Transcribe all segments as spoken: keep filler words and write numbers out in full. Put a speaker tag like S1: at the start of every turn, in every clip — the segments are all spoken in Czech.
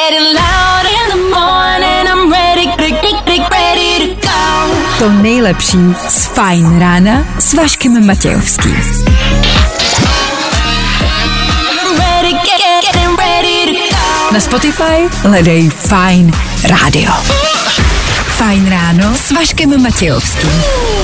S1: To nejlepší z Fajn rána s Vaškem Matějovským. Na Spotify hledej Fajn rádio. Fajn ráno s Vaškem Matějovským.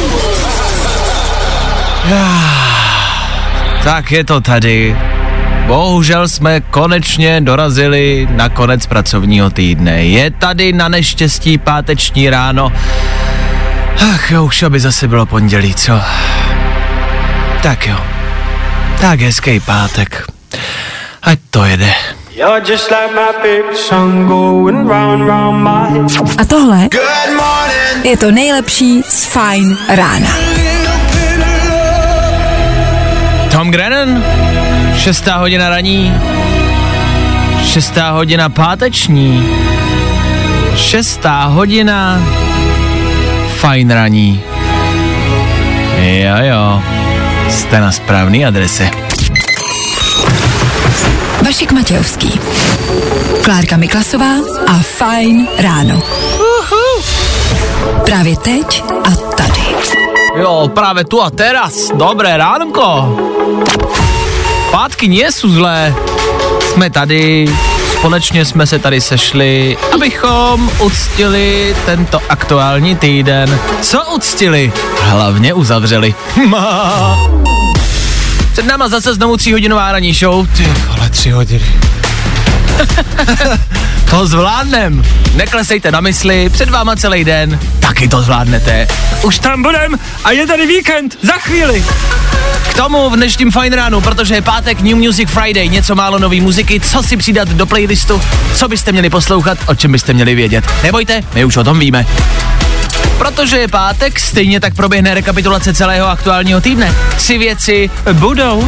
S2: Tak je to tady. Bohužel jsme konečně dorazili na konec pracovního týdne. Je tady na neštěstí páteční ráno. Ach jo, už aby zase bylo pondělí, co? Tak jo. Tak hezký pátek. Ať to jede.
S1: A tohle je to nejlepší z Fajn rána.
S2: Tom Grennan, šestá hodina raní, šestá hodina páteční, šestá hodina Fajn raní. Jo jo, jste na správný adrese.
S1: Vašek Matějovský, Klárka Miklasová a Fajn ráno. Uhu. Právě teď a tady.
S2: Jo, právě tu a teraz. Dobré ránko. Pátky nie sú zlé. Jsme tady, společně jsme se tady sešli, abychom uctili tento aktuální týden. Co uctili? Hlavně uzavřeli. Před náma zase znovu tříhodinová ranní show. Ty vole, tři hodiny. To zvládnem. Neklesejte na mysli, před váma celý den. Taky to zvládnete. Už tam budem a je tady víkend. Za chvíli. K tomu v dnešním Fajn ránu, protože je pátek New Music Friday, něco málo nový muziky, co si přidat do playlistu, co byste měli poslouchat, o čem byste měli vědět. Nebojte, my už o tom víme. Protože je pátek, stejně tak proběhne rekapitulace celého aktuálního týdne. Tři věci budou.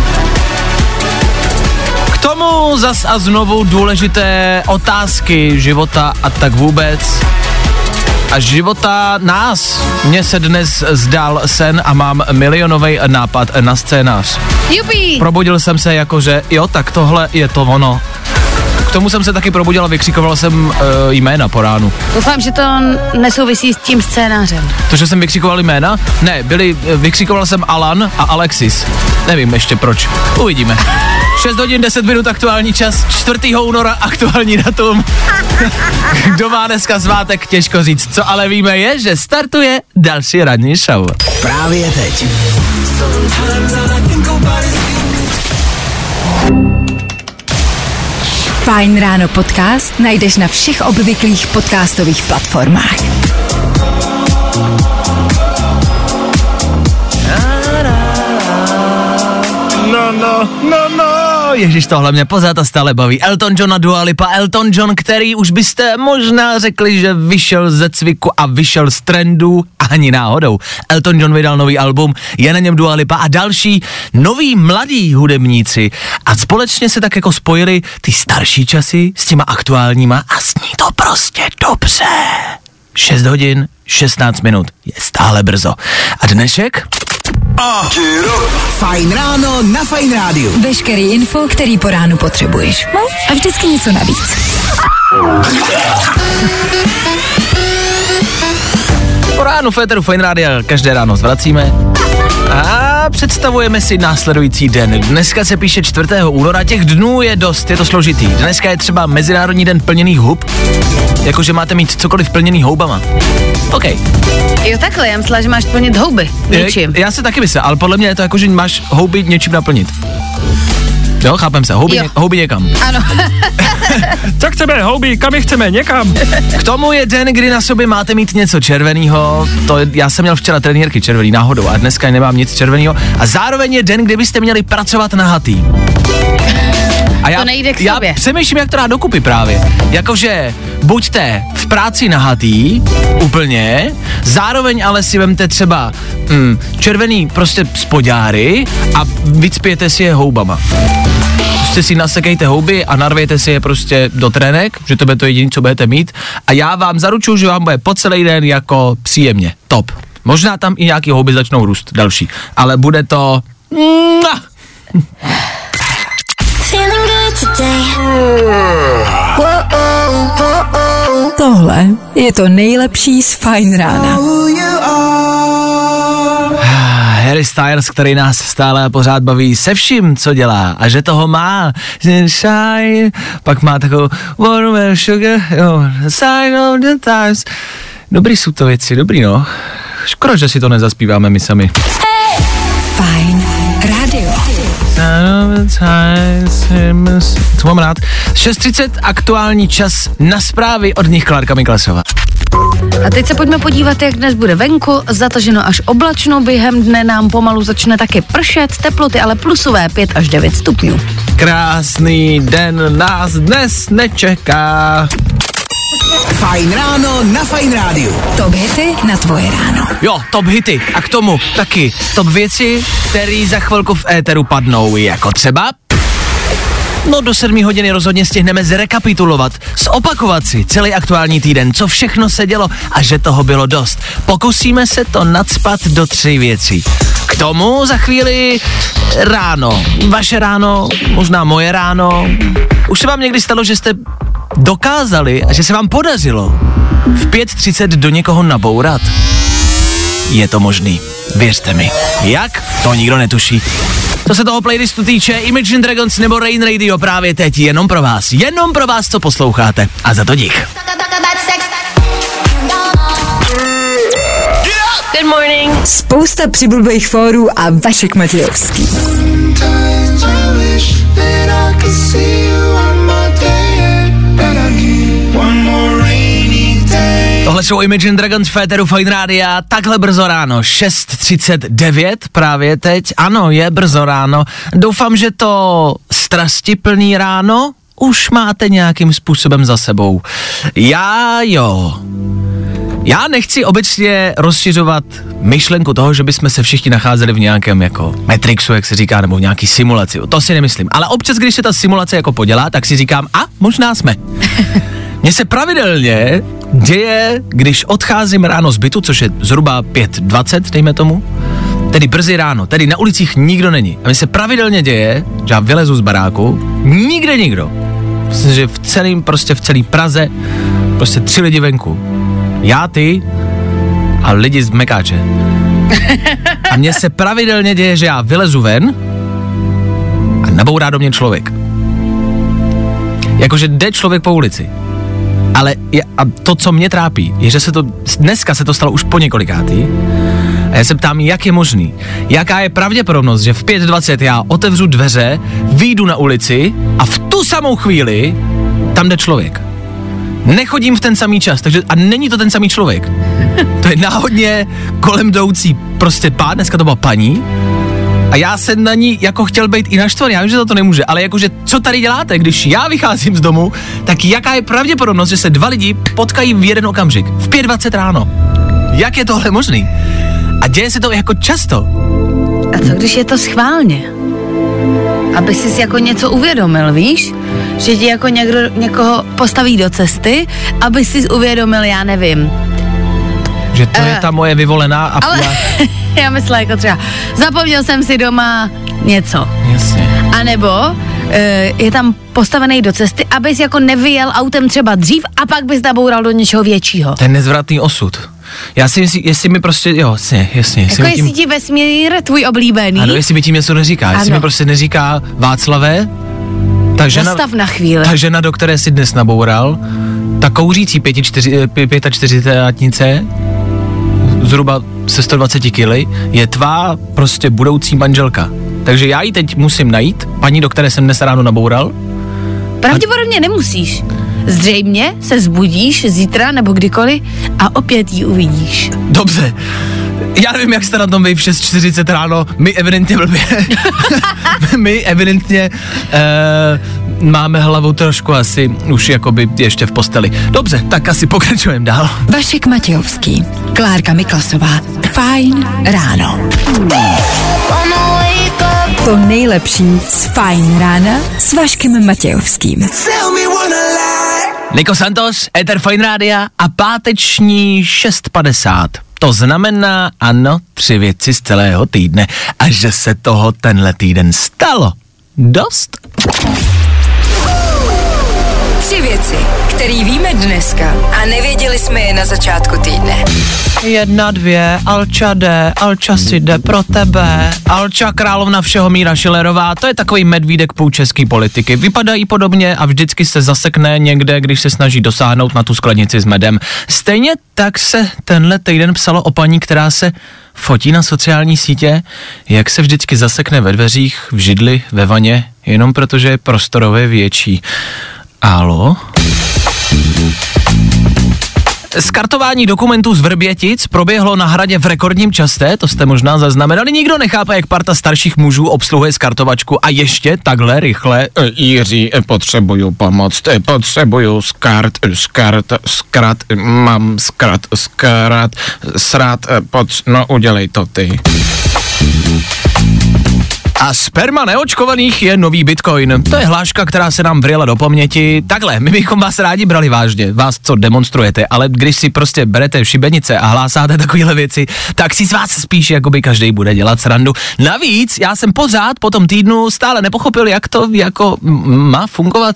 S2: K tomu zas a znovu důležité otázky života a tak vůbec. A života nás. Mně se dnes zdál sen a mám milionový nápad na scénář.
S3: Jupi!
S2: Probudil jsem se jako, že jo, tak tohle je to ono. K tomu jsem se taky probudil a vykřikoval jsem uh, jména po ránu.
S3: Doufám, že to nesouvisí s tím scénářem.
S2: To, že jsem vykřikoval jména? Ne, byli, vykřikoval jsem Alan a Alexis. Nevím ještě proč. Uvidíme. šest hodin deset minut aktuální čas, čtvrtého února aktuální datum. Kdo má dneska svátek, těžko říct. Co ale víme je, že startuje další ranní show.
S4: Právě teď.
S1: Fajn ráno podcast najdeš na všech obvyklých podcastových platformách.
S2: No, no, no, no. Ježiš, tohle mě pořád a stále baví. Elton John a Dua Lipa. Elton John, který už byste možná řekli, že vyšel ze cviku a vyšel z trendu, ani náhodou. Elton John vydal nový album, je na něm Dua Lipa a další noví mladí hudebníci. A společně se tak jako spojili ty starší časy s těma aktuálníma a sní to prostě dobře. šest hodin, šestnáct minut. Je stále brzo. A dnešek?
S4: Oh. Fajn ráno na Fajn rádiu.
S1: Veškerý info, který po ránu potřebuješ. No? A vždycky něco navíc.
S2: Po ránu Féteru Fajn rádia každé ráno zvracíme a představujeme si následující den. Dneska se píše čtvrtého února, těch dnů je dost, je to složitý. Dneska je třeba Mezinárodní den plněných hub, jakože máte mít cokoliv plněný houbama. OK.
S3: Jo takhle, já myslela, že máš plnit houby něčím.
S2: Já se taky myslím, ale podle mě je to jako, že máš houby něčím naplnit. Jo, chápem se, houby, ně, houby někam.
S3: Ano.
S2: Co chceme, houby, kam je chceme, někam. K tomu je den, kdy na sobě máte mít něco červeného. To já jsem měl včera trenýrky červený náhodou a dneska nemám nic červeného. A zároveň je den, kdy byste měli pracovat na hatý. A já,
S3: to nejde k
S2: já
S3: sobě.
S2: přemýšlím, jak to dát dokupy právě. Jakože buďte v práci nahatý, úplně, zároveň ale si vemte třeba mm, červený prostě spodňáry a vycpějete si je houbama. Prostě si nasekejte houby a narvějte si je prostě do trenek, že to bude to jediné, co budete mít. A já vám zaručuju, že vám bude po celý den jako příjemně. Top. Možná tam i nějaký houby začnou růst další, ale bude to...
S1: Tohle je to nejlepší z Fajn rána.
S2: Harry Styles, který nás stále a pořád baví se vším, co dělá a že toho má. Shine, pak má takovou watermelon sugar, jo, sign of the times. Dobrý jsou to věci, dobrý no. Škoda, že si to nezaspíváme my sami.
S1: Fajn rádio.
S2: Co mám rád? šest třicet aktuální čas na zprávy od nich Klárka Miklasová.
S3: A teď se pojďme podívat, jak dnes bude venku. Zataženo až oblačno, během dne nám pomalu začne taky pršet, teploty ale plusové pět až devět stupňů.
S2: Krásný den nás dnes nečeká.
S4: Fajn ráno na Fajn rádiu.
S1: Top hity na tvoje ráno.
S2: Jo, top hity a k tomu taky top věci, které za chvilku v éteru padnou, jako třeba... No do sedmi hodiny rozhodně stihneme zrekapitulovat, zopakovat si celý aktuální týden, co všechno se dělo a že toho bylo dost. Pokusíme se to nacpat do tří věcí. K tomu za chvíli ráno. Vaše ráno, možná moje ráno. Už se vám někdy stalo, že jste dokázali a že se vám podařilo v pět třicet do někoho nabourat? Je to možný, věřte mi. Jak? To nikdo netuší. Co se toho playlistu týče, Imagine Dragons nebo Rain Radio právě teď jenom pro vás. Jenom pro vás, co posloucháte. A za to dík.
S3: Good morning.
S1: Spousta přibulbých fórů a Vašek Matějovský.
S2: Tohle jsou Imagine Dragons v éteru Fajn Rádia, takhle brzo ráno, šest třicet devět právě teď, ano, je brzo ráno. Doufám, že to strastiplný ráno už máte nějakým způsobem za sebou. Já jo. Já nechci obecně rozšiřovat myšlenku toho, že bychom se všichni nacházeli v nějakém jako Matrixu, jak se říká, nebo v nějaký simulaci. To si nemyslím. Ale občas, když se ta simulace jako podělá, tak si říkám, a možná jsme. Mně se pravidelně děje, když odcházím ráno z bytu, což je zhruba pět dvacet, dejme tomu, tedy brzy ráno, tedy na ulicích nikdo není. A mně se pravidelně děje, že já vylezu z baráku, nikde nikdo. Myslím, že v celém, prostě v celé Praze, prostě tři lidi venku. Já, ty a lidi z Mekáče. A mně se pravidelně děje, že já vylezu ven a nabourá do mě člověk. Jakože jde člověk po ulici. Ale je, a to, co mě trápí, je, že se to, dneska se to stalo už po několikátý a já se ptám, jak je možný, jaká je pravděpodobnost, že v pět dvacet já otevřu dveře, vyjdu na ulici a v tu samou chvíli tam jde člověk. Nechodím v ten samý čas, takže a není to ten samý člověk. To je náhodně kolem jdoucí prostě pán, dneska to byla paní, a já jsem na ní jako chtěl být i naštvaný, já vím, že to, to nemůže, ale jakože co tady děláte, když já vycházím z domu, tak jaká je pravděpodobnost, že se dva lidi potkají v jeden okamžik, v pět dvacet ráno. Jak je tohle možný? A děje se to jako často.
S3: A co když je to schválně? Aby jsi jako něco uvědomil, víš? Že ti jako někdo, někoho postaví do cesty, aby jsi uvědomil, já nevím.
S2: Že to uh, je ta moje vyvolená a
S3: ale,
S2: já...
S3: já myslím jako třeba, zapomněl jsem si doma něco.
S2: Jasně.
S3: A nebo uh, je tam postavený do cesty, abys jako nevyjel autem třeba dřív a pak bys naboural do něčeho většího.
S2: Ten nezvratný osud. Já si myslím, jestli mi prostě, jo, jasně, jasně.
S3: Jako jestli
S2: tím,
S3: ti vesmír tvůj oblíbený.
S2: Ano, jestli mi tím něco neříká, ano. Jestli mi prostě neříká Václave, ta žena,
S3: Zastav na chvíli.
S2: Ta žena, do které si dnes naboural, ta kouřící pětačtyřicátnice, zhruba se sto dvacet kily, je tvá prostě budoucí manželka. Takže já ji teď musím najít, paní, do které jsem dnes ráno naboural.
S3: Pravděpodobně nemusíš. Zřejmě se zbudíš zítra nebo kdykoliv a opět ji uvidíš.
S2: Dobře. Já nevím, jak jste na tom vy v šest čtyřicet ráno, my evidentně blbě, my evidentně uh, máme hlavu trošku asi už jakoby ještě v posteli. Dobře, tak asi pokračujeme dál.
S1: Vašek Matějovský, Klárka Miklasová, Fajn ráno. To nejlepší z Fajn rána s Vaškem Matějovským.
S2: Niko Santos, Ether Fajn Rádia a páteční šest padesát. To znamená, ano, tři věci z celého týdne. A že se toho tenhle týden stalo dost.
S1: Tři věci věci, který víme dneska a nevěděli jsme je na začátku týdne.
S2: Jedna, dvě, Alča jde, Alča si jde pro tebe. Alča královna všeho Míra Schillerová, to je takový medvídek půl český politiky. Vypadají podobně a vždycky se zasekne někde, když se snaží dosáhnout na tu sklenici s medem. Stejně tak se tenhle týden psalo o paní, která se fotí na sociální sítě, jak se vždycky zasekne ve dveřích, v židli, ve vaně, jenom protože je prostorově větší. Alo? Skartování dokumentů z Vrbětic proběhlo na Hradě v rekordním čase, to jste možná zaznamenali. Nikdo nechápe, jak parta starších mužů obsluhuje skartovačku a ještě takhle rychle. E, Jiří, e, potřebuju pomoc, e, potřebuju skart, skart, skrat, mám skrat, skrat, srat, e, potř- no udělej to ty. A sperma neočkovaných je nový bitcoin. To je hláška, která se nám vryla do paměti. Takhle, my bychom vás rádi brali vážně, vás, co demonstrujete, ale když si prostě berete šibenice a hlásáte takovéhle věci, tak si z vás spíš jakoby každej bude dělat srandu. Navíc, já jsem pořád po tom týdnu stále nepochopil, jak to jako má fungovat.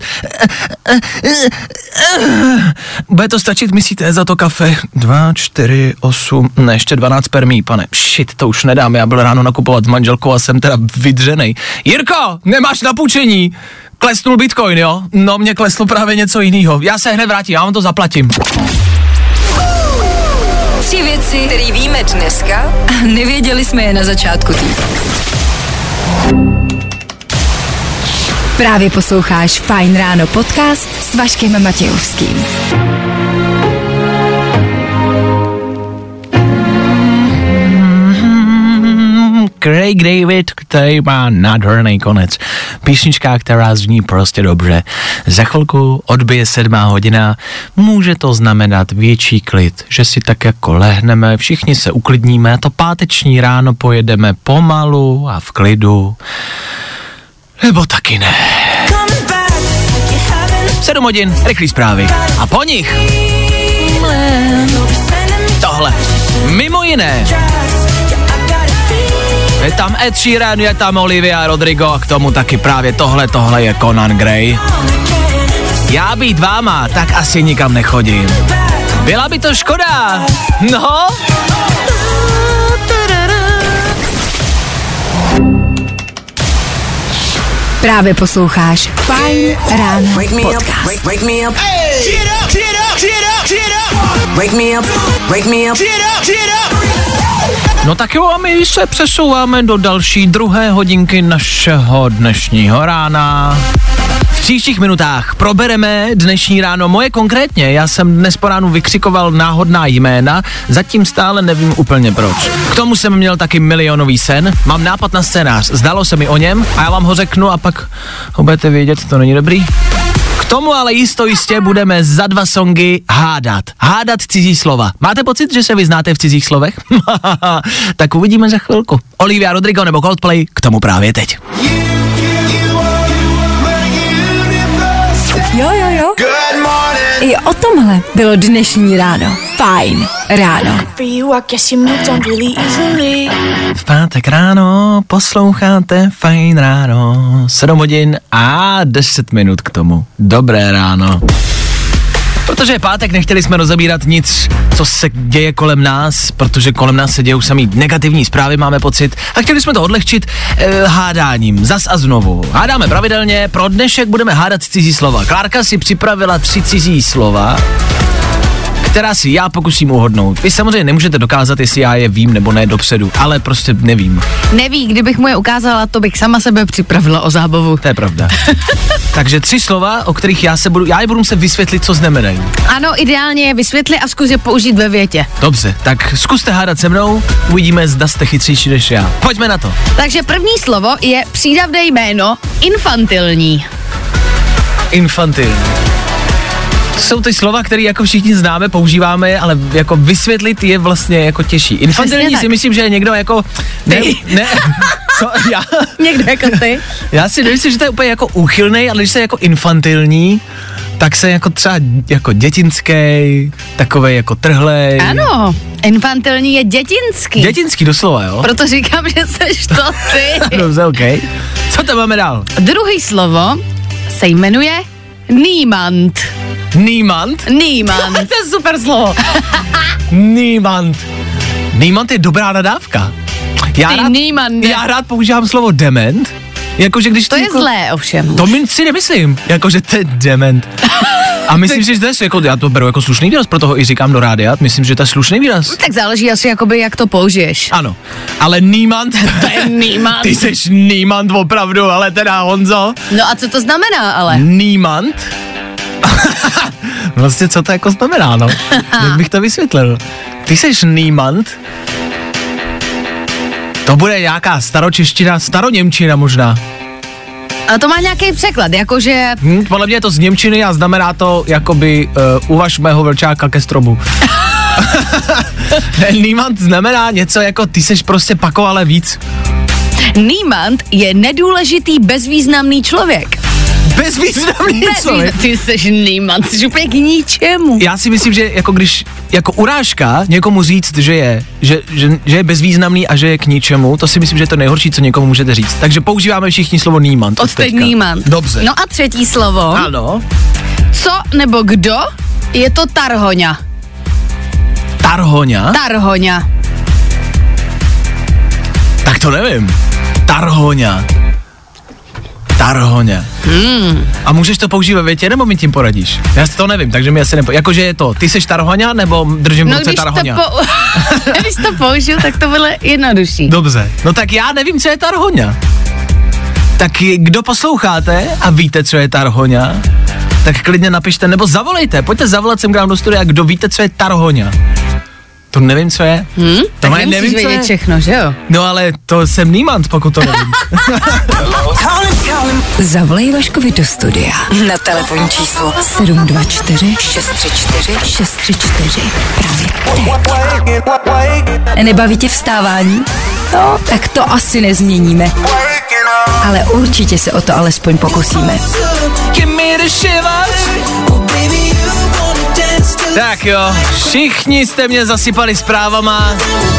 S2: Bude to stačit, myslíte, za to kafe? Dva, čtyři, osm, ne, ještě dvanáct spermí, pane. Shit, to už nedám, já byl ráno nakupovat s manželkou a jsem teda vydřenej. Jirko, nemáš na půjčení? Klesnul bitcoin, jo? No, mě kleslo právě něco jiného. Já se hned vrátím, já vám to zaplatím.
S1: Tři věci, které víme dneska a nevěděli jsme je na začátku týdne. Právě posloucháš Fajn ráno podcast s Vaškem Matějovským.
S2: Craig David, který má nádherný konec. Písnička, která zní prostě dobře. Za chvilku odbije sedmá hodina, může to znamenat větší klid, že si tak jako lehneme, všichni se uklidníme a to páteční ráno pojedeme pomalu a v klidu. Nebo taky ne. Sedm hodin, rychlý zprávy. A po nich tohle. Mimo jiné. Je tam Ed Sheeran, je tam Olivia Rodrigo a k tomu taky právě tohle, tohle je Conan Gray. Já být váma, tak asi nikam nechodím. Byla by to škoda, no.
S1: Právě posloucháš Fajn ráno podcast.
S4: Wake me up. Wake me up. Wake me up.
S2: No tak jo, a my se přesouváme do další druhé hodinky našeho dnešního rána. V příštích minutách probereme dnešní ráno moje konkrétně. Já jsem dnes po ránu vykřikoval náhodná jména, zatím stále nevím úplně proč. K tomu jsem měl taky milionový sen, mám nápad na scénář, zdalo se mi o něm a já vám ho řeknu a pak ho budete vědět, to není dobrý. K tomu ale jisto jistě budeme za dva songy hádat. Hádat cizí slova. Máte pocit, že se vyznáte v cizích slovech? Tak uvidíme za chvilku. Olivia Rodrigo nebo Coldplay, k tomu právě teď.
S1: Jo, jo, jo. I o tomhle bylo dnešní ráno. Fajn ráno.
S2: V pátek ráno posloucháte Fajn ráno. sedm hodin a deset minut k tomu. Dobré ráno. Protože je pátek, nechtěli jsme rozebírat nic, co se děje kolem nás, protože kolem nás se dějou samý negativní zprávy, máme pocit, a chtěli jsme to odlehčit eh, hádáním, zas a znovu. Hádáme pravidelně, pro dnešek budeme hádat cizí slova. Klárka si připravila tři cizí slova, která si já pokusím uhodnout. Vy samozřejmě nemůžete dokázat, jestli já je vím nebo ne dopředu, ale prostě nevím.
S3: Neví, kdybych mu je ukázala, to bych sama sebe připravila o zábavu.
S2: To je pravda. Takže tři slova, o kterých já se budu, já je budu muset vysvětlit, co znamenají.
S3: Ano, ideálně je vysvětli a zkus je použít ve větě.
S2: Dobře, tak zkuste hádat se mnou, uvidíme, zda jste chytřejší než já. Pojďme na to.
S3: Takže první slovo je přídavné jméno infantilní.
S2: Infantilní. Jsou ty slova, které jako všichni známe, používáme, ale jako vysvětlit je vlastně jako těžší. Infantilní si myslím, že je někdo jako... Ne, ne, co, já?
S3: Někdo jako ty?
S2: Já si nemyslím, že to je úplně jako úchylnej, ale když se jako infantilní, tak se jako třeba jako dětinský, takovej jako trhlej.
S3: Ano, infantilní je dětinský.
S2: Dětinský doslova, jo?
S3: Proto říkám, že seš to ty.
S2: Dobře, okej. Okay. Co tam máme dál?
S3: Druhý slovo se jmenuje niemand.
S2: Niemand?
S3: Niemand. To je super slovo.
S2: Niemand. Niemand je dobrá nadávka. Já
S3: Ty
S2: rád,
S3: niemand.
S2: já rád používám slovo dement. Jakože když
S3: To
S2: ty
S3: je
S2: jako,
S3: zlé ovšem.
S2: To mi si nemyslím, jakože to je dement. A myslím si, že to je, jako, já to beru jako slušný výraz, pro toho i říkám do rádia, myslím, že to je slušný výraz.
S3: Tak záleží asi jakoby, jak to použiješ.
S2: Ano, ale niemand,
S3: To je niemand.
S2: ty seš niemand opravdu, ale teda Honzo.
S3: No a co to znamená ale?
S2: Niemand? Vlastně co to jako znamená, no? Jak bych to vysvětlil? Ty seš niemand? To bude nějaká staročeština, staroněmčina možná.
S3: A to má nějaký překlad, jakože...
S2: Hm, podle mě je to z němčiny a znamená to jakoby uh, uvaž mého vlčáka ke stromu. Ne, niemand znamená něco jako ty seš prostě pako, ale víc.
S3: Niemand je nedůležitý, bezvýznamný člověk.
S2: Bezvýznamný člověk.
S3: Ty seš niemand, jsi úplně k ničemu.
S2: Já si myslím, že jako když jako urážka někomu říct, že je, že, že, že je bezvýznamný a že je k ničemu, to si myslím, že je to nejhorší, co někomu můžete říct. Takže používáme všichni slovo niemand.
S3: Od teď niemand.
S2: Dobře.
S3: No a třetí slovo.
S2: Ano.
S3: Co nebo kdo je to tarhoňa?
S2: Tarhoňa?
S3: Tarhoňa.
S2: Tak to nevím. Tarhoňa. Tarhoňa.
S3: Hmm.
S2: A můžeš to použít ve větě, nebo mi tím poradíš? Já to nevím, takže mi asi nepo... Jakože je to, ty seš tarhoňa, nebo držím v
S3: No
S2: ruce
S3: když
S2: tarhoňa?
S3: to, po... když to použiju, tak to bude jednodušší.
S2: Dobře, no tak já nevím, co je tarhoňa. Tak kdo posloucháte a víte, co je tarhoňa, tak klidně napište, nebo zavolejte, pojďte zavolat sem k nám do studia, kdo víte, co je tarhoňa. To nevím, co je.
S3: Hmm?
S2: To
S3: Tak
S2: má-
S3: nemusíš
S2: nevím, co
S3: vědět
S2: je.
S3: všechno, že jo?
S2: No ale to jsem niemand, pokud to nevím.
S1: Zavolej Vaškovi do studia na telefonní číslo sedm dva čtyři šest tři čtyři šest tři čtyři. Právě teď. Nebaví tě vstávání? No, tak to asi nezměníme. Ale určitě se o to alespoň pokusíme.
S2: Tak jo, všichni jste mě zasypali zprávama.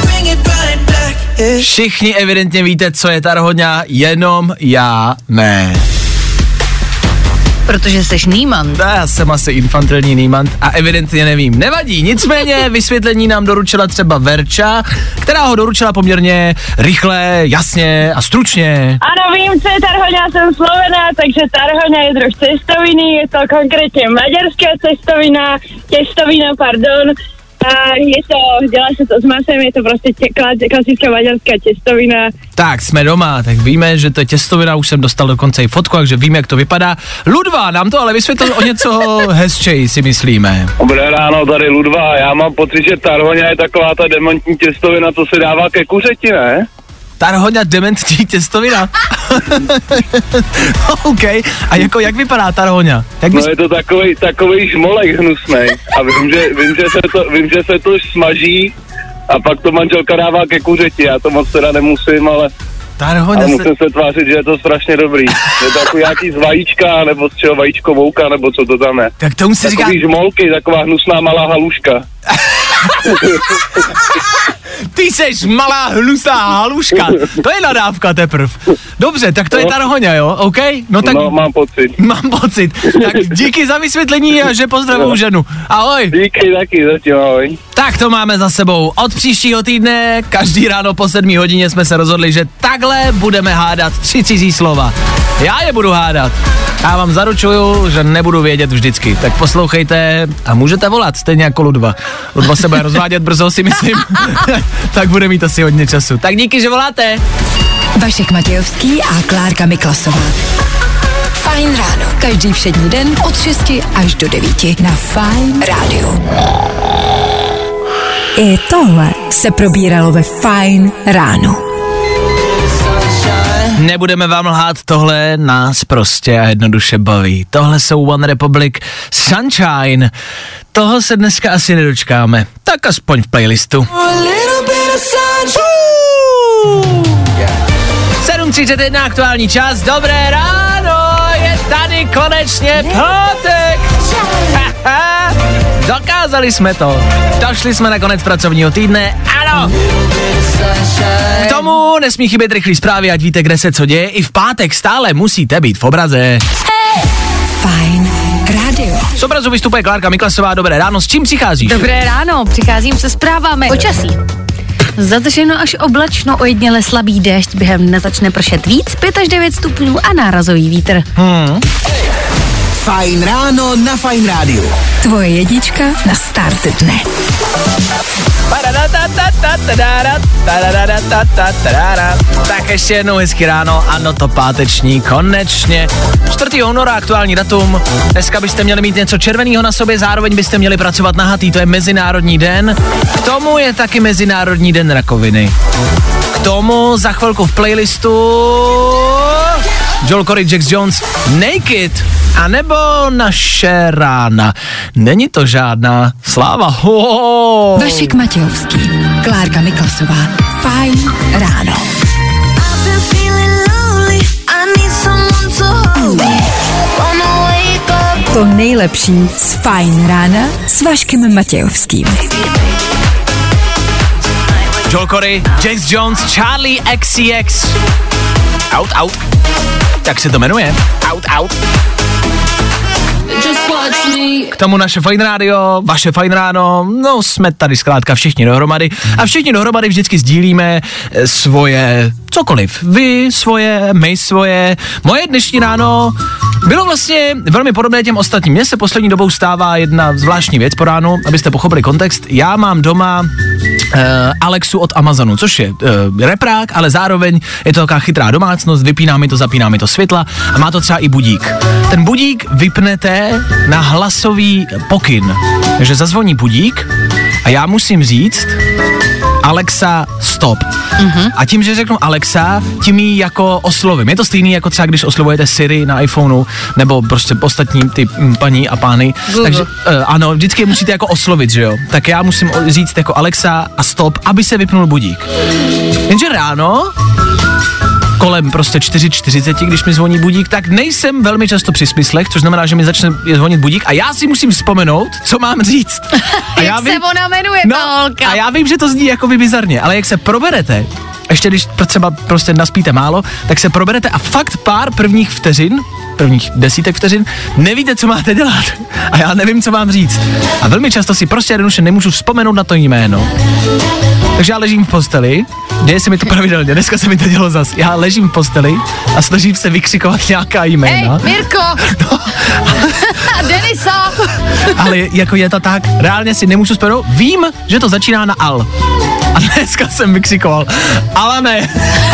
S2: Všichni evidentně víte, co je tarhoňa, jenom já ne.
S3: Protože seš niemand.
S2: Já jsem asi infantilní niemand a evidentně nevím. Nevadí, nicméně vysvětlení nám doručila třeba Verča, která ho doručila poměrně rychle, jasně a stručně.
S5: Ano, vím, co je tarhoňa, jsem Slovena, takže tarhoňa je druh cestoviny, je to konkrétně maďarská cestovina, těstovina, pardon. A je to, dělá se to s masem, je to prostě tě, klasická maďarská těstovina.
S2: Tak, jsme doma, tak víme, že to je těstovina, už jsem dostal dokonce i fotku, takže víme, jak to vypadá. Ludva nám to ale vysvětlil o něco hezčej, si myslíme.
S6: Dobré ráno, tady Ludva. Já mám pocit, že tarhoňa je taková ta demontní těstovina, co se dává ke kuřeti, ne?
S2: Tarhoňa dementní těstovina. OK, a jako jak vypadá tarhoňa? Jak
S6: No
S2: bys...
S6: je to takovej, takovej žmolek hnusnej. A vím, že, vím, že se to, vím, že se to smaží a pak to manželka dává ke kuřeti. Já to moc teda nemusím, ale,
S2: Tarhoňa
S6: ale
S2: se...
S6: musím se tvářit, že je to strašně dobrý. Je to jako nějaký z vajíčka, nebo z čeho vajíčko mouka, nebo co to tam je.
S2: Tak tomu si říká...
S6: Takový žmolky, taková hnusná malá haluška.
S2: Ty seš malá hnusná haluška. To je nadávka teprv. Dobře, tak to je tarhoňa, jo? OK? No tak...
S6: No, mám pocit.
S2: Mám pocit. Tak díky za vysvětlení a že pozdravuju ženu. Ahoj.
S6: Díky taky, zatím ahoj.
S2: Tak to máme za sebou. Od příštího týdne, každý ráno po sedmé hodině jsme se rozhodli, že takhle budeme hádat tři cizí slova. Já je budu hádat. Já vám zaručuju, že nebudu vědět vždycky. Tak poslouchejte a můžete volat, stejně jako Ludva. Ludva se bude rozvádět brzo, si myslím. Tak bude mít asi hodně času. Tak díky, že voláte.
S1: Vašek Matějovský a Klárka Miklasová. Fajn ráno. Každý všední den od šesti až do devíti na Fajn rádiu. I tohle se probíralo ve Fajn ráno.
S2: Nebudeme vám lhát, tohle nás prostě a jednoduše baví. Tohle jsou One Republic Sunshine. Toho se dneska asi nedočkáme. Tak aspoň v playlistu. sedm třicet jedna aktuální čas. Dobré ráno, je tady konečně pátek. Dokázali jsme to. Došli jsme na konec pracovního týdne. Ano. K tomu nesmí chybět rychlý zprávy, ať víte, kde se co děje. I v pátek stále musíte být v obraze.
S1: Fajn rádio.
S2: Z obrazu vystupuje Klárka Miklasová, dobré ráno, s čím přicházíš?
S3: Dobré ráno, přicházím se zprávami. Počasí. Zadrženo až oblačno, ojediněle slabý déšť, během dne začne pršet víc, pět až devět stupňů a nárazový vítr.
S2: Hmm.
S4: Fajn ráno na Fajn rádiu.
S1: Tvoje jednička na start dne.
S2: Tak ještě jednou hezky ráno, ano, to páteční, konečně. čtvrtého února, aktuální datum. Dneska byste měli mít něco červeného na sobě, zároveň byste měli pracovat nahatý, to je Mezinárodní den. K tomu je taky Mezinárodní den rakoviny. K tomu za chvilku v playlistu Joel Corey, Jax Jones, Naked, anebo Naše rána. Není to žádná sláva. Ho.
S1: Vašek Matějovský, Klárka Miklasová, Fajn ráno. To nejlepší z Fajn rána s Vaškem Matějovským.
S2: Joel Corey, Jax Jones, Charlie X C X. Out, out. Tak se to jmenuje. Out, out. K tomu naše Fajn rádio, vaše Fajn ráno, no jsme tady zkrátka všichni dohromady a všichni dohromady vždycky sdílíme svoje cokoliv. Vy svoje, my svoje. Moje dnešní ráno bylo vlastně velmi podobné těm ostatním. Mně se poslední dobou stává jedna zvláštní věc po ránu, abyste pochopili kontext. Já mám doma uh, Alexu od Amazonu, což je uh, reprák, ale zároveň je to taková chytrá domácnost, vypíná mi to, zapíná mi to světla a má to třeba i budík. Ten budík vypnete na hlasový pokyn, že zazvoní budík a já musím říct Alexa, stop. Mm-hmm. A tím, že řeknu Alexa, tím ji jako oslovím. Je to stejný jako třeba, když oslovujete Siri na iPhoneu, nebo prostě ostatní ty paní a pány. Google. Takže uh, ano, vždycky musíte jako oslovit, že jo. Tak já musím říct jako Alexa a stop, aby se vypnul budík. Jenže ráno, kolem prostě čtyři čtyřicet, když mi zvoní budík, tak nejsem velmi často při smyslech, což znamená, že mi začne zvonit budík a já si musím vzpomenout, co mám říct. A
S3: jak
S2: já vím,
S3: se ona jmenuje,
S2: no,
S3: ta holka.
S2: A já vím, že to zní jako by bizarně, ale jak se proberete, ještě když třeba prostě naspíte málo, tak se proberete a fakt pár prvních vteřin, prvních desítek vteřin, nevíte, co máte dělat. A já nevím, co mám říct. A velmi často si prostě jednoduše nemůžu vzpomenout na to jméno. Takže já ležím v posteli, děje se mi to pravidelně, dneska se mi to dělo zas. Já ležím v posteli a snažím se vykřikovat nějaká jména.
S3: Hej, Mirko! No. Denisa!
S2: Ale jako je to tak, reálně si nemůžu vzpomenout, vím, že to začíná na Al. A dneska jsem vykřikoval, Alane,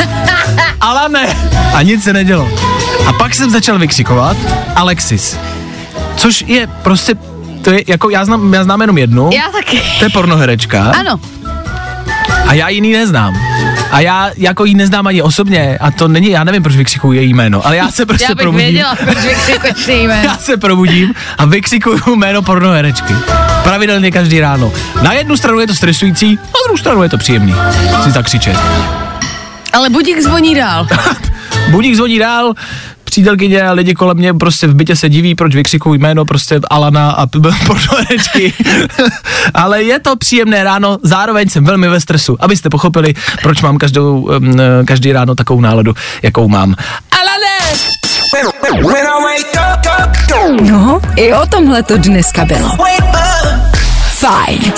S2: Alane, a nic se nedělo. A pak jsem začal vykřikovat Alexis, což je prostě, to je jako, já znám, já znám jenom jednu.
S3: Já taky.
S2: To je pornoherečka.
S3: Ano.
S2: A já jiný neznám. A já jako jí neznám ani osobně a to není, já nevím, proč vykřikuju její jméno, ale já se prostě
S3: já bych
S2: probudím.
S3: věděla, proč vykřikuješ její jméno.
S2: Já se probudím a vykřikuju jméno pornoherečky. Pravidelně každý ráno. Na jednu stranu je to stresující, na druhou stranu je to příjemný. Si tak křičet.
S3: Ale budík zvoní dál.
S2: Budík zvoní dál, přítelkyně a lidi kolem mě prostě v bytě se diví, proč vykřikují jméno prostě Alana a pornoherečky. Ale je to příjemné ráno, zároveň jsem velmi ve stresu, abyste pochopili, proč mám každou, um, každý ráno takovou náladu, jakou mám. Alane!
S1: No, i o tomhle to dneska bylo. Fajn.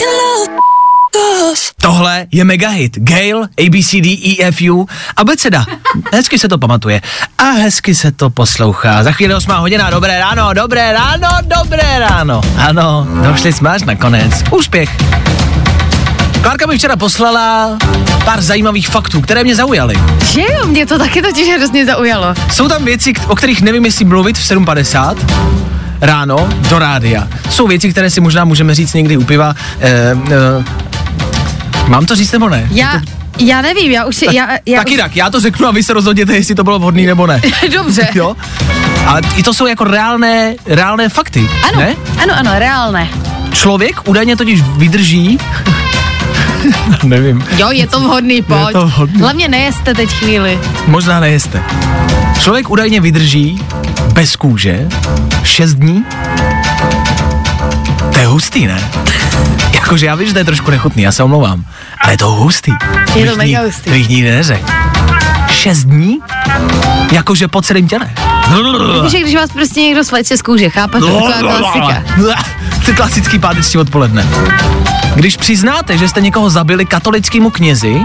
S2: Tohle je mega hit. Gail, A B C D E F U, abeceda. Hezky se to pamatuje a hezky se to poslouchá. Za chvíli osmá hodina, dobré ráno, dobré ráno, dobré ráno. Ano, došli jsme až nakonec. Úspěch. Klárka mi včera poslala pár zajímavých faktů, které mě zaujaly.
S3: Že jo, mě to taky totiž hrozně zaujalo.
S2: Jsou tam věci, o kterých nevím, jestli mluvit v sedm padesát ráno do rádia. Jsou věci, které si možná můžeme říct někdy u piva. Eh, eh, mám to říct nebo ne?
S3: Já, já nevím, já už si...
S2: Tak,
S3: já, já
S2: tak
S3: už...
S2: jinak, já to řeknu a vy se rozhodněte, jestli to bylo vhodný nebo ne.
S3: Dobře.
S2: Jo? Ale i to jsou jako reálné, reálné fakty,
S3: ano,
S2: ne?
S3: Ano, ano, reálné.
S2: Člověk údajně totiž vydrží... Nevím.
S3: Jo, je to vhodný, pojď.
S2: Je to vhodný.
S3: Hlavně nejeste teď chvíli.
S2: Možná nejeste. Člověk údajně vydrží bez kůže šest dní. To je hustý, ne? Jakože já vím, že to je trošku nechutný, já se omlouvám. Ale je to hustý.
S3: Je to mega hustý.
S2: To jich nikdy neřekl. šest dní? Jakože po celém těle.
S3: Víš, když vás prostě někdo svleče z kůže, chápete? Taková klasika.
S2: To je klasický páteční odpoledne. Když přiznáte, že jste někoho zabili katolickému knězi,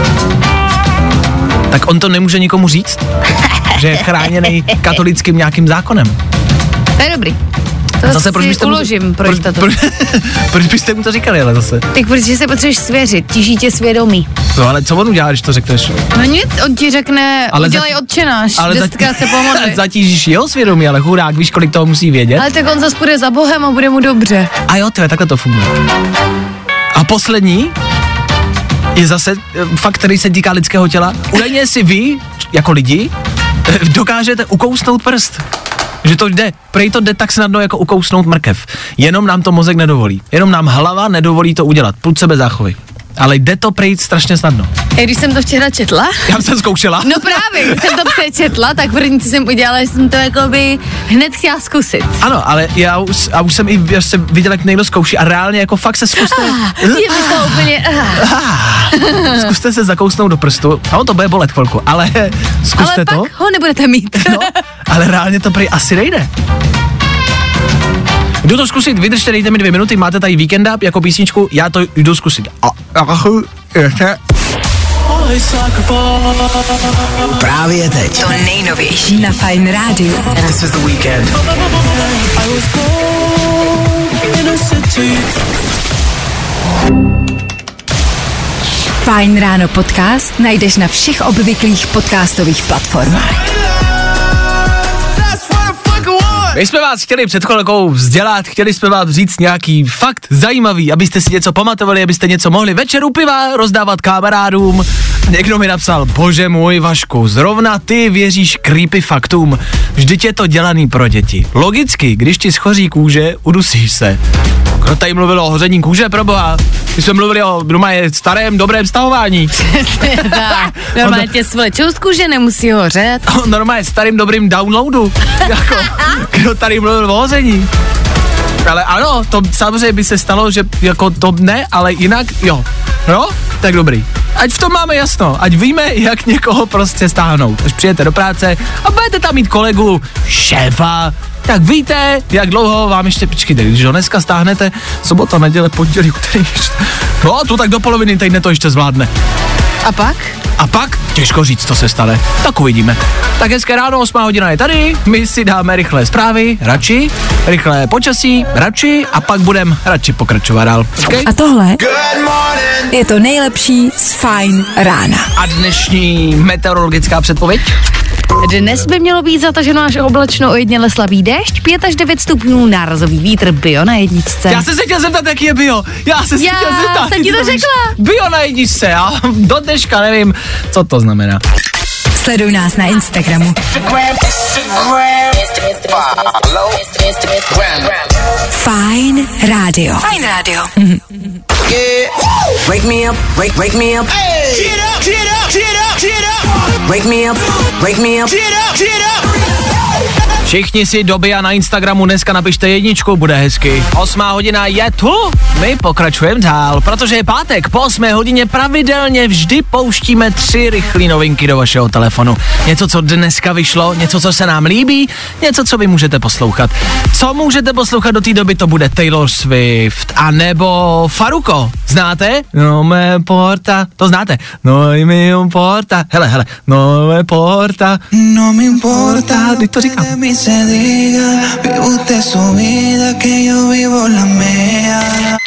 S2: tak on to nemůže nikomu říct, že je chráněný katolickým nějakým zákonem.
S3: To je dobrý. To
S2: zase, proč byste
S3: uložím
S2: mu,
S3: pro jistotu.
S2: Proč, proč, proč byste mu to říkali, ale zase?
S3: Tak protože se potřebuješ svěřit, tíží tě svědomí.
S2: No ale co on udělá, když to řekneš?
S3: No nic, on ti řekne, ale udělej
S2: zat...
S3: otčenáš, desetkrát se pomodli.
S2: Zatížíš jeho svědomí, ale chudák, víš, kolik toho musí vědět.
S3: Ale tak on zase půjde za Bohem a bude mu dobře.
S2: A jo, tyhle, takhle to funguje. A poslední je zase fakt, který se týká lidského těla. Údajně si vy, jako lidi, dokážete ukousnout prst. Že to jde, prej to jde tak snadno jako ukousnout mrkev. Jenom nám to mozek nedovolí. Jenom nám hlava nedovolí to udělat. Půjď sebezáchovy. Ale jde to prejít strašně snadno.
S3: A když jsem to včera četla?
S2: Já jsem zkoušela.
S3: No právě, když jsem to přečetla, tak první, co jsem udělala, že jsem to jakoby hned chtěla zkusit.
S2: Ano, ale já už, a už jsem i já jsem viděla, jak někdo zkouší a reálně jako fakt se zkuste.
S3: Ah, je mi to úplně...
S2: Ah. Zkuste se zakousnout do prstu, a on to bude bolet chvilku, ale zkuste
S3: ale
S2: to.
S3: Ale pak ho nebudete mít.
S2: No, ale reálně to prej asi nejde. Jdu to zkusit, vydržte, dejte mi dvě minuty, máte tady Víkenda jako písničku, já to jdu zkusit. A, a, ještě.
S4: Právě teď.
S1: To nejnovější na Fajn rádiu.
S2: This is the Weekend.
S1: Fajn ráno podcast najdeš na všech obvyklých podcastových platformách.
S2: My jsme vás chtěli před chvilkou vzdělat, chtěli jsme vám říct nějaký fakt zajímavý, abyste si něco pamatovali, abyste něco mohli večer u piva rozdávat kamarádům. Někdo mi napsal, bože můj Vašku, zrovna ty věříš creepy faktům, vždyť je to dělaný pro děti. Logicky, když ti schoří kůže, udusíš se. Kdo tady mluvil o hoření kůže, proboha? My jsme mluvili o normálně starém, dobrém stahování.
S3: Tak, normálně tě svlečou z kůže, nemusí hořet.
S2: O normálně starým, dobrým downloadu. Jako, kdo tady mluvil o hoření? Ale ano, to samozřejmě by se stalo, že jako to ne, ale jinak jo. No, tak dobrý. Ať v tom máme jasno, ať víme, jak někoho prostě stáhnout. Až přijete do práce a budete tam mít kolegu, šéfa, tak víte, jak dlouho vám ještě, počkejte, když ho dneska stáhnete, sobota, neděle, pondělí, úterý, no to tak do poloviny týdne to ještě zvládne.
S3: A pak?
S2: A pak těžko říct, co se stane. Tak uvidíme. Tak hezké ráno, osmá hodina je tady, my si dáme rychlé zprávy, radši, rychlé počasí, radši a pak budeme radši pokračovat dál. Okay?
S1: A tohle je to nejlepší z Fajn rána.
S2: A dnešní meteorologická předpověď?
S3: Dnes by mělo být zataženo až oblačno, ojediněle slabý déšť, pět až devět stupňů, nárazový vítr, bio na jedničce.
S2: Já jsem se chtěl zeptat, jaký je bio. Já jsem se
S3: Já
S2: chtěl zeptat.
S3: jsem ti to řekla.
S2: Bio na jedničce, já do dneška nevím, co to znamená.
S1: Sleduj nás na Instagramu. Fajn rádio. Fajn rádio.
S4: Wake me up, wake, wake me up. Get up, get up, get up, get up. Wake me up, wake me up. Get up, get up.
S2: Všichni si do Bia na Instagramu dneska napište jedničku, bude hezky. Osmá hodina je tu, my pokračujeme dál, protože je pátek, po osmé hodině pravidelně vždy pouštíme tři rychlé novinky do vašeho telefonu. Něco, co dneska vyšlo, něco, co se nám líbí, něco, co vy můžete poslouchat. Co můžete poslouchat do té doby, to bude Taylor Swift, anebo Faruko, znáte? No me porta, to znáte. No me importa, hele, hele, no me porta.
S7: No me importa,
S2: teď to říkám.
S7: Se diga, vive usted su vida, que yo vivo la mía.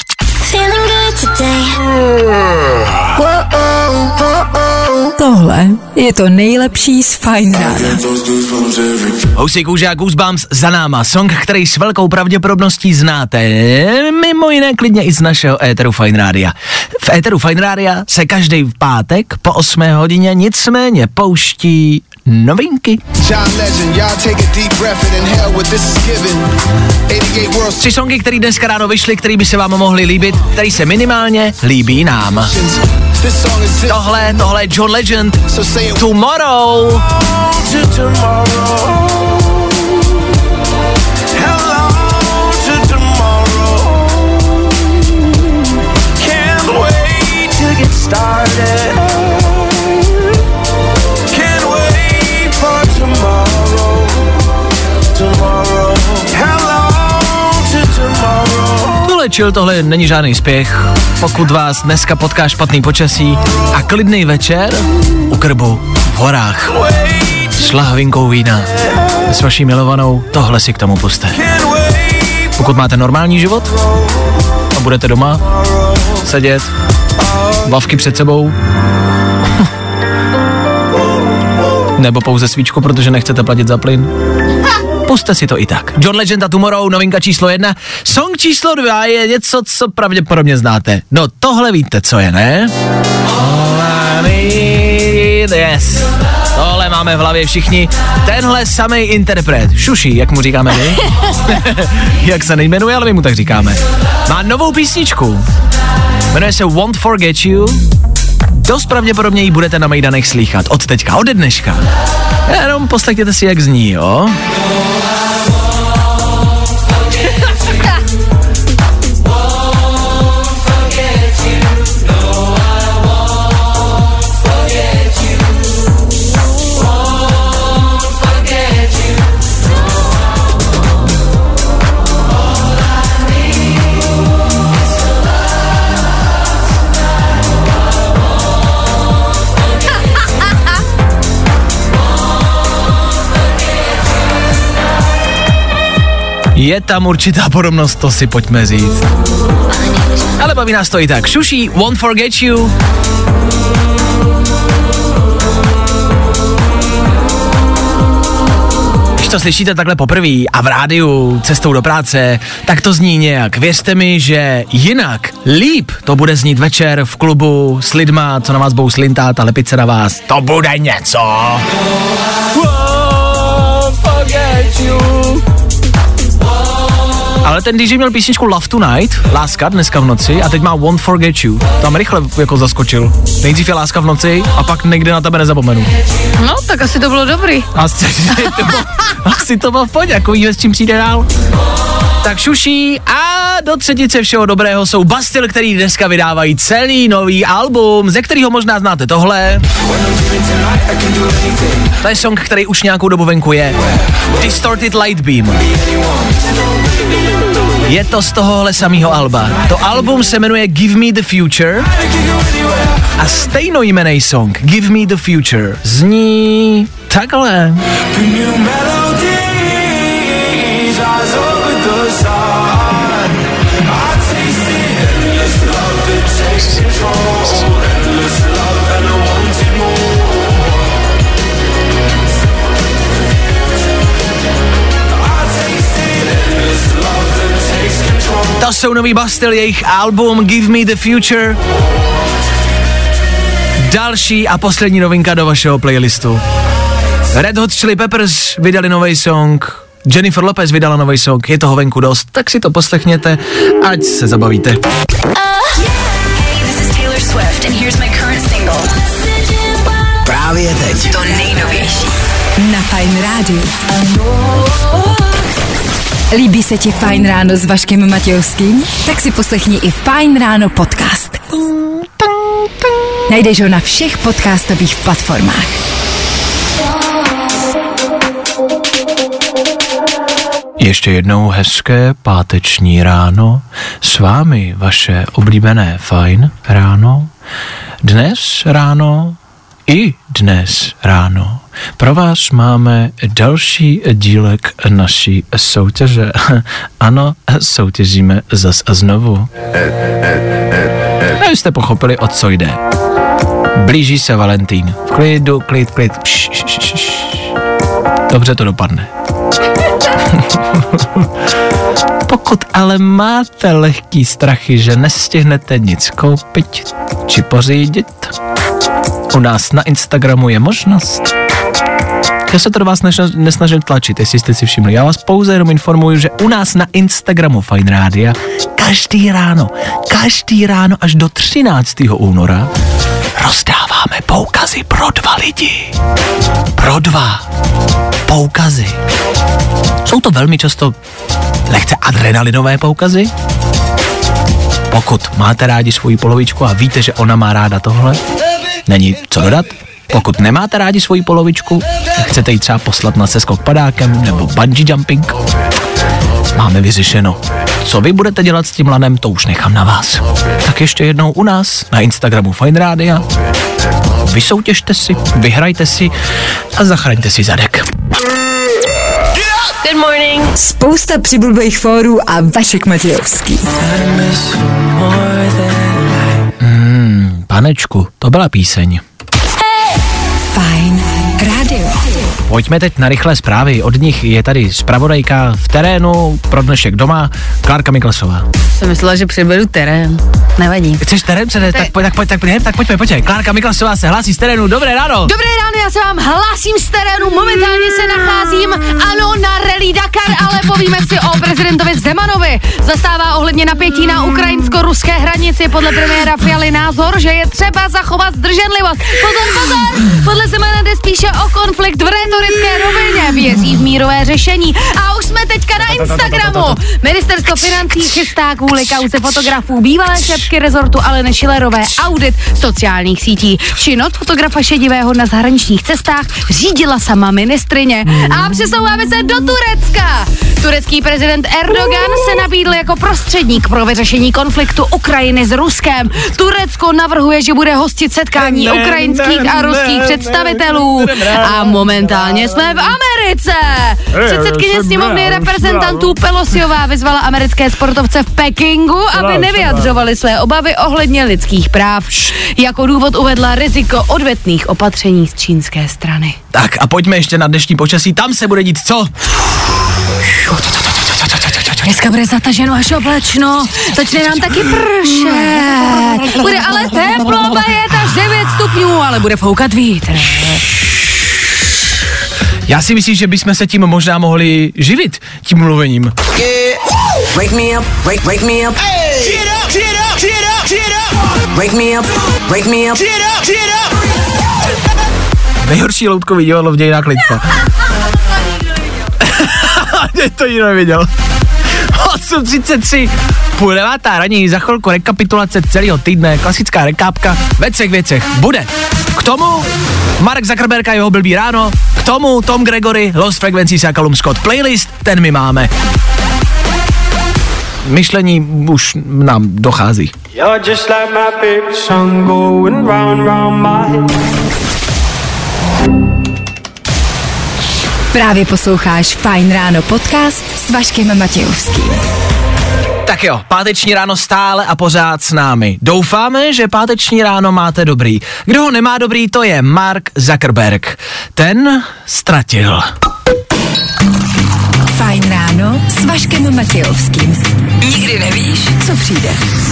S1: Tohle je to nejlepší z Fajn rána.
S2: Housey Kůže a Goosebumps za náma. Song, který s velkou pravděpodobností znáte. Mimo jiné klidně i z našeho éteru Fajn rádia. V éteru Fajn rádia se každý v pátek po osmé hodině nicméně pouští novinky. Tři songy, které dneska ráno vyšly, které by se vám mohly líbit, které se minimálně líbí nám. Tohle, tohle je John Legend, Tomorrow. chill, tohle není žádný spěch. Pokud vás dneska potká špatný počasí a klidný večer u krbu v horách s lahvinkou vína s vaší milovanou, tohle si k tomu puste. Pokud máte normální život a budete doma sedět, bavky před sebou, nebo pouze svíčku, protože nechcete platit za plyn, puste si to i tak. John Legend a Tomorrow, novinka číslo jedna. Song číslo dva je něco, co pravděpodobně znáte. No tohle víte, co je, ne? Yes. Tohle máme v hlavě všichni. Tenhle samý interpret, Šuši, jak mu říkáme my. Jak se nejmenuje, ale my mu tak říkáme. Má novou písničku. Jmenuje se Won't Forget You. Dost pravděpodobně ji budete na mejdanech slýchat. Od teďka, ode dneška. Jenom poslechněte si, jak zní, jo? Je tam určitá podobnost, to si pojďme říct. Ale baví nás to i tak. Šuši, Won't Forget You. Když to slyšíte takhle poprvé a v rádiu, cestou do práce, tak to zní nějak. Věřte mi, že jinak, líp to bude znít večer v klubu s lidma, co na vás budou slintat a lepit se na vás. To bude něco. Won't forget you. Ale ten dý džej měl písničku Love Tonight, Láska dneska v noci, a teď má Won't Forget You. Tam rychle jako zaskočil. Nejdřív je Láska v noci a pak nikdy na tebe nezapomenu.
S3: No, tak asi to bylo dobrý.
S2: Asi to bylo, asi to bylo v pohodě, jako víme, s čím přijde dál. Tak Šuší a do třetice všeho dobrého jsou Bastille, který dneska vydávají celý nový album, ze kterého možná znáte tohle. To je song, který už nějakou dobu venku je. Distorted Light Beam. Je to z tohohle samého alba. To album se jmenuje Give Me the Future a stejnojmenný song Give Me the Future zní takhle. To jsou nový Bastille, jejich album Give Me the Future. Další a poslední novinka do vašeho playlistu. Red Hot Chili Peppers vydali nový song, Jennifer Lopez vydala nový song, je toho venku dost, tak si to poslechněte, ať se zabavíte. Uh, yeah. Hey, this is Taylor Swift and here's my current single.
S4: Právě teď.
S1: To nejnovější na Fajn rádiu. Líbí se ti Fajn ráno s Vaškem Matějovským? Tak si poslechni i Fajn ráno podcast. Najdeš ho na všech podcastových platformách.
S2: Ještě jednou hezké páteční ráno. S vámi vaše oblíbené Fajn ráno. Dnes ráno i dnes ráno pro vás máme další dílek naší soutěže. Ano, soutěžíme zas a znovu. A jste pochopili, o co jde. Blíží se Valentín. V klidu, klid, klid. Pš, š, š, š. Dobře to dopadne. Pokud ale máte lehký strachy, že nestihnete nic koupit či pořídit, u nás na Instagramu je možnost. Já se to do vás nesnažím tlačit, jestli jste si všimli. Já vás pouze jenom informuju, že u nás na Instagramu Fajn rádia každý ráno, každý ráno až do třináctého února rozdáváme poukazy pro dva lidi. Pro dva. Poukazy. Jsou to velmi často lehce adrenalinové poukazy. Pokud máte rádi svoji polovičku a víte, že ona má ráda tohle, není co dodat. Pokud nemáte rádi svoji polovičku, chcete ji třeba poslat na seskok padákem nebo bungee jumping, máme vyřešeno. Co vy budete dělat s tím lanem, to už nechám na vás. Tak ještě jednou u nás na Instagramu Fajn Rádia. Vysoutěžte si, vyhrajte si a zachraňte si zadek.
S1: Good morning. Spousta přibulbých fórů a Vašek Matějovský.
S2: Hmm, panečku, to byla píseň.
S1: Fajn rádio.
S2: Pojďme teď na rychlé zprávy. Od nich je tady zpravodajka v terénu, pro dnešek doma, Klárka Miklasová.
S3: Jsem myslela, že přiberu terén. Nevadí.
S2: Chceš terén předet? Tak pojď, tak pojď, tak pojď, tak pojďme, pojďme. Klárka Miklasová se hlásí z terénu. Dobré ráno.
S3: Dobré ráno, já se vám hlásím z terénu. Momentálně se nacházím, ano, na Rally Dakar, ale povíme si o prezidentovi Zemanovi. Zastává ohledně napětí na ukrajinsko-ruské hranici. Podle premiéra Fialy názor, že je třeba zachovat zdrženlivost. Pozor, pozor! Podle Zemana jde spíše o konflikt v rétorické rovině. Věří v mírové řešení. A už jsme teďka na Instagramu. Ministerstvo financí chystá kvůli kauze fotografů bývalé šéfky rezortu Aleny Schillerové audit sociálních sítí. Činnost fotografa šedivého na zahraničních cestách řídila sama ministryně. A přesouváme se do Turecka. Turecký prezident Erdogan se nabídl jako prostředník pro vyřešení konfliktu Ukrajiny s Ruskem. Turecko navrhuje, že bude hostit setkání ukrajinských a ruských představitelů. A momentálně jsme v Americe. Předsedkyně sněmovny reprezentantů Pelosiová vyzvala americké sportovce v Pekingu, aby nevyjadřovali své obavy ohledně lidských práv. Jako důvod uvedla riziko odvetných opatření z čínské strany.
S2: Tak a pojďme ještě na dnešní počasí, tam se bude dít co?
S3: Dneska bude zataženo až oblečno, začne nám taky pršet. Bude ale teplo, bude jet až devět stupňů, ale bude foukat vítr.
S2: Já si myslím, že bychom se tím možná mohli živit, tím mluvením.
S4: Wake me up, wake, wake me up. Hey. Get up, get up, get up, get up. Wake me up, wake me up. Get up, get up.
S2: Nejhorší loutkový divadlo v dějinách lidstva. To nikdo neviděl. osm třicet tři, půl devátá raní, za chvilku rekapitulace celého týdne, klasická rekápka, ve třech věcech bude. K tomu Mark Zuckerberg a jeho blbý ráno, k tomu Tom Gregory, Lost Frequencies a Callum Scott playlist, ten my máme. Myšlení už nám dochází.
S1: Právě posloucháš Fajn ráno podcast s Vaškem Matějovským.
S2: Tak jo, páteční ráno stále a pořád s námi. Doufáme, že páteční ráno máte dobrý. Kdo ho nemá dobrý, to je Mark Zuckerberg. Ten ztratil.
S1: Fajn ráno s Vaškem Matějovským. Nikdy nevíš, co přijde.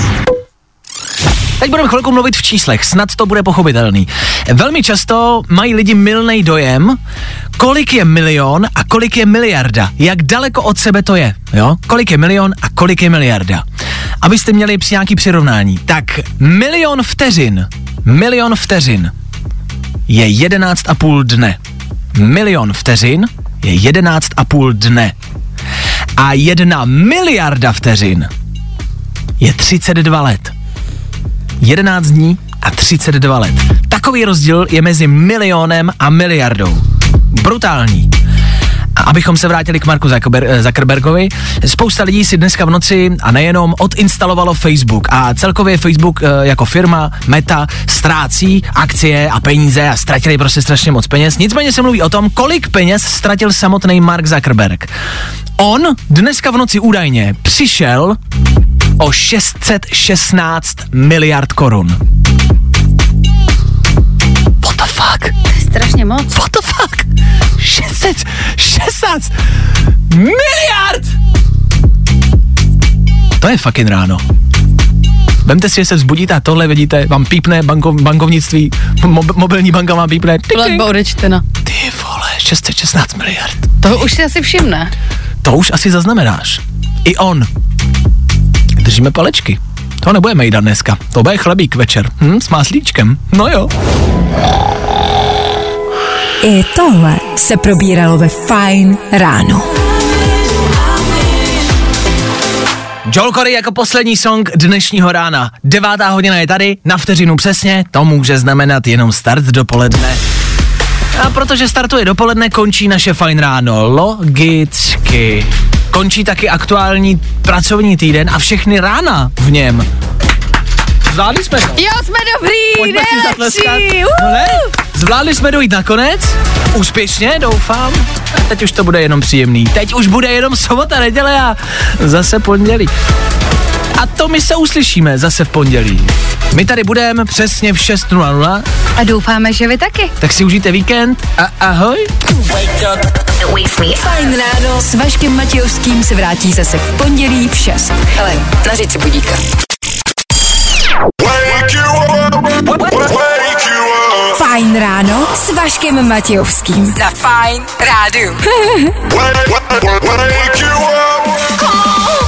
S2: Teď budeme chvilku mluvit v číslech, snad to bude pochopitelný. Velmi často mají lidi mylný dojem, kolik je milion a kolik je miliarda. Jak daleko od sebe to je, jo? Kolik je milion a kolik je miliarda. Abyste měli při nějaký přirovnání. Tak milion vteřin, milion vteřin je jedenáct a půl dne. Milion vteřin je jedenáct a půl dne. A jedna miliarda vteřin je třicet dva let. jedenáct dní a třicet dva let. Takový rozdíl je mezi milionem a miliardou. Brutální. A abychom se vrátili k Marku Zuckerbergovi, spousta lidí si dneska v noci a nejenom odinstalovalo Facebook a celkově Facebook jako firma, Meta, ztrácí akcie a peníze a ztratili prostě strašně moc peněz. Nicméně se mluví o tom, kolik peněz ztratil samotný Mark Zuckerberg. On dneska v noci údajně přišel o šest set šestnáct miliard korun. What the fuck?
S3: To je strašně moc.
S2: What the fuck? šest set šestnáct miliard! To je fucking ráno. Vemte si, že se vzbudíte a tohle vidíte, vám pípne banko, bankovnictví, mob, mobilní banka vám pípne.
S3: Platba odečtena.
S2: Ty vole, šest set šestnáct miliard.
S3: To už si asi všimne.
S2: To už asi zaznamenáš. I on. Držíme palečky. To nebude mejda dneska. To bude chlebík večer. Hm, s máslíčkem. No jo.
S1: I tohle se probíralo ve Fajn ráno.
S2: Joel Corey jako poslední song dnešního rána. Devátá hodina je tady, na vteřinu přesně, to může znamenat jenom start dopoledne. A protože startuje dopoledne, končí naše fajn ráno. Logicky. Končí taky aktuální pracovní týden a všechny rána v něm. Zvládli jsme to.
S3: Jo, jsme dobrý,
S2: Pojďme si zatleskat.
S3: nejlepší.
S2: No ne? Zvládli jsme dojít nakonec. Úspěšně, doufám. A teď už to bude jenom příjemný. Teď už bude jenom sobota, neděle a zase pondělí. A to my se uslyšíme zase v pondělí. My tady budeme přesně v šest nula nula.
S3: A doufáme, že vy taky.
S2: Tak si užijte víkend a ahoj.
S1: Fajn ráno s Vaškem Matějovským se vrátí zase v pondělí v šest. Hele, nařiď si budíka. Fajn ráno s Vaškem Matějovským. Na Fajn rádiu.